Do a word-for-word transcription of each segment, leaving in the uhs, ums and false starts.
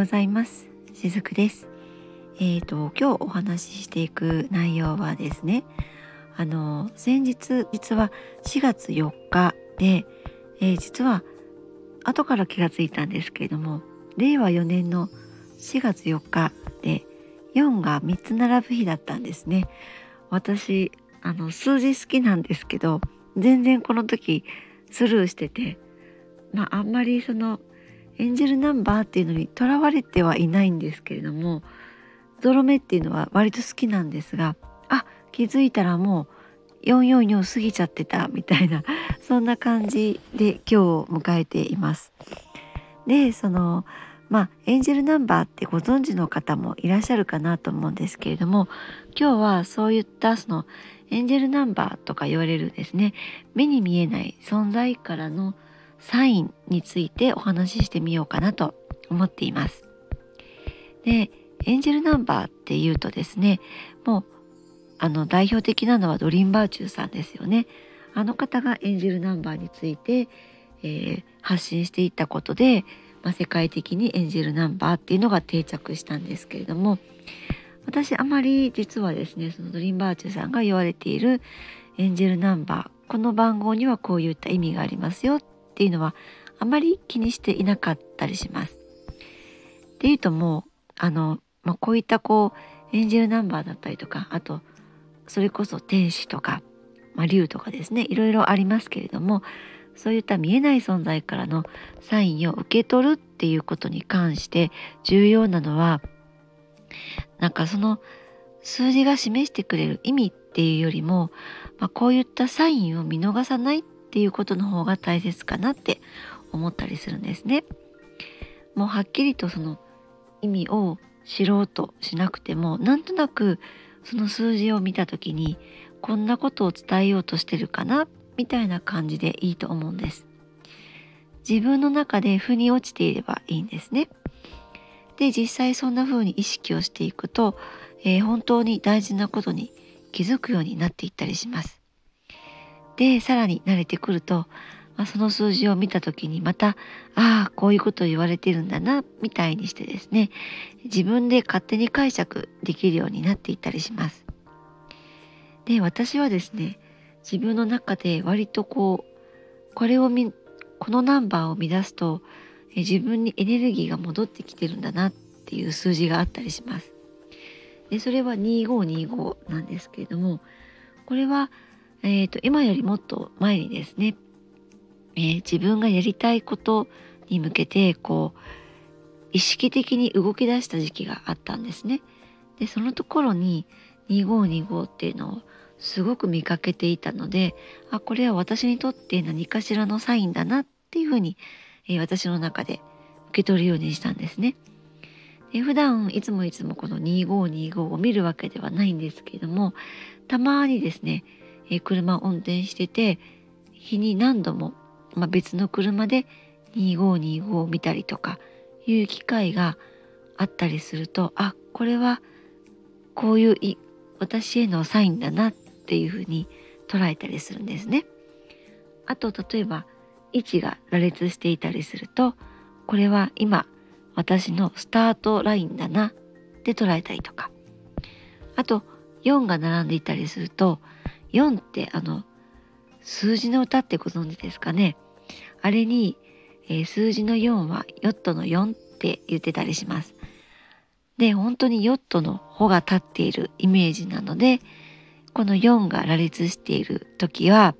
ございます。しずくです。えーと今日お話ししていく内容はですね、あの先日実はしがつよっかで、えー実は後から気がついたんですけれども、れいわよねんのしがつよっかでよんがみっつ並ぶ日だったんですね。私あの数字好きなんですけど、全然この時スルーしてて、まああんまりそのエンジェルナンバーっていうのにとらわれてはいないんですけれども、ゾロ目っていうのは割と好きなんですが、あ、気づいたらもうよんよんよん過ぎちゃってたみたいなそんな感じで今日を迎えています。で、そのまあエンジェルナンバーってご存知の方もいらっしゃるかなと思うんですけれども、今日はそういったそのエンジェルナンバーとか言われるですね、目に見えない存在からのサインについてお話ししてみようかなと思っています。で、エンジェルナンバーっていうとですね、もうあの代表的なのはドリンバーチューさんですよね。あの方がエンジェルナンバーについて、えー発信していったことで、まあ、世界的にエンジェルナンバーっていうのが定着したんですけれども、私あまり実はですね、そのドリンバーチューさんが言われているエンジェルナンバー、この番号にはこういった意味がありますよっていうのはあまり気にしていなかったりします。っていうともうあの、まあ、こういったこうエンジェルナンバーだったりとか、あとそれこそ天使とか、まあ、竜とかですね、いろいろありますけれども、そういった見えない存在からのサインを受け取るっていうことに関して重要なのは、なんかその数字が示してくれる意味っていうよりも、まあ、こういったサインを見逃さないっていうことの方が大切かなって思ったりするんですね。もうはっきりとその意味を知ろうとしなくても、なんとなくその数字を見た時にこんなことを伝えようとしてるかなみたいな感じでいいと思うんです。自分の中で腑に落ちていればいいんですね。で、実際そんな風に意識をしていくと、えー本当に大事なことに気づくようになっていったりします。で、さらに慣れてくると、まあ、その数字を見た時にまた、ああ、こういうことを言われてるんだな、みたいにしてですね、自分で勝手に解釈できるようになっていったりします。で、私はですね、自分の中で割とこう、これを見、このナンバーを見出すと、え自分にエネルギーが戻ってきてるんだなっていう数字があったりします。で、それはにごにごなんですけれども、これは、えーと、今よりもっと前にですね、えー自分がやりたいことに向けてこう意識的に動き出した時期があったんですね。で、そのところににごにごっていうのをすごく見かけていたので、あ、これは私にとって何かしらのサインだなっていうふうに、えー私の中で受け取るようにしたんですね。で、普段いつもいつもこのにごにごを見るわけではないんですけれども、たまにですね、えー車を運転してて日に何度も、まあ、別の車でにごにごを見たりとかいう機会があったりすると、あ、これはこういうい私へのサインだなっていうふうに捉えたりするんですね。あと例えば位置が羅列していたりすると、これは今私のスタートラインだなって捉えたりとか、あとよんが並んでいたりすると、よんってあの数字の歌ってご存知ですかね。あれに、えー数字のよんはヨットのよんって言ってたりします。で、本当にヨットの帆が立っているイメージなので、このよんが羅列している時は、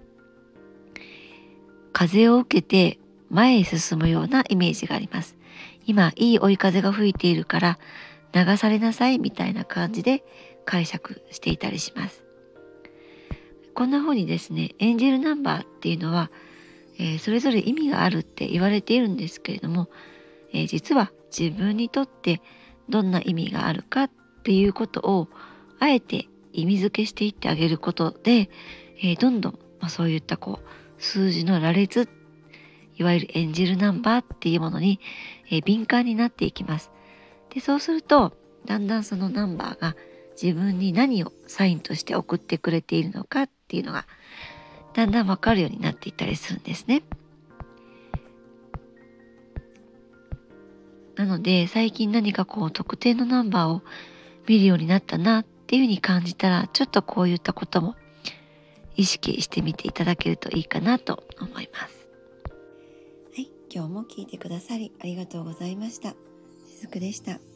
風を受けて前へ進むようなイメージがあります。今、いい追い風が吹いているから流されなさいみたいな感じで解釈していたりします。こんな風にですね、エンジェルナンバーっていうのは、えーそれぞれ意味があるって言われているんですけれども、えー実は自分にとってどんな意味があるかっていうことをあえて意味付けしていってあげることで、えーどんどん、まあ、そういったこう数字の羅列、いわゆるエンジェルナンバーっていうものに、えー敏感になっていきます。で、そうするとだんだんそのナンバーが自分に何をサインとして送ってくれているのかっていうのがだんだんわかるようになっていったりするんですね。 なので最近何かこう特定のナンバーを見るようになったなっていうふうに感じたら、ちょっとこういったことも意識してみていただけるといいかなと思います。はい、今日も聞いてくださりありがとうございました。しずくでした。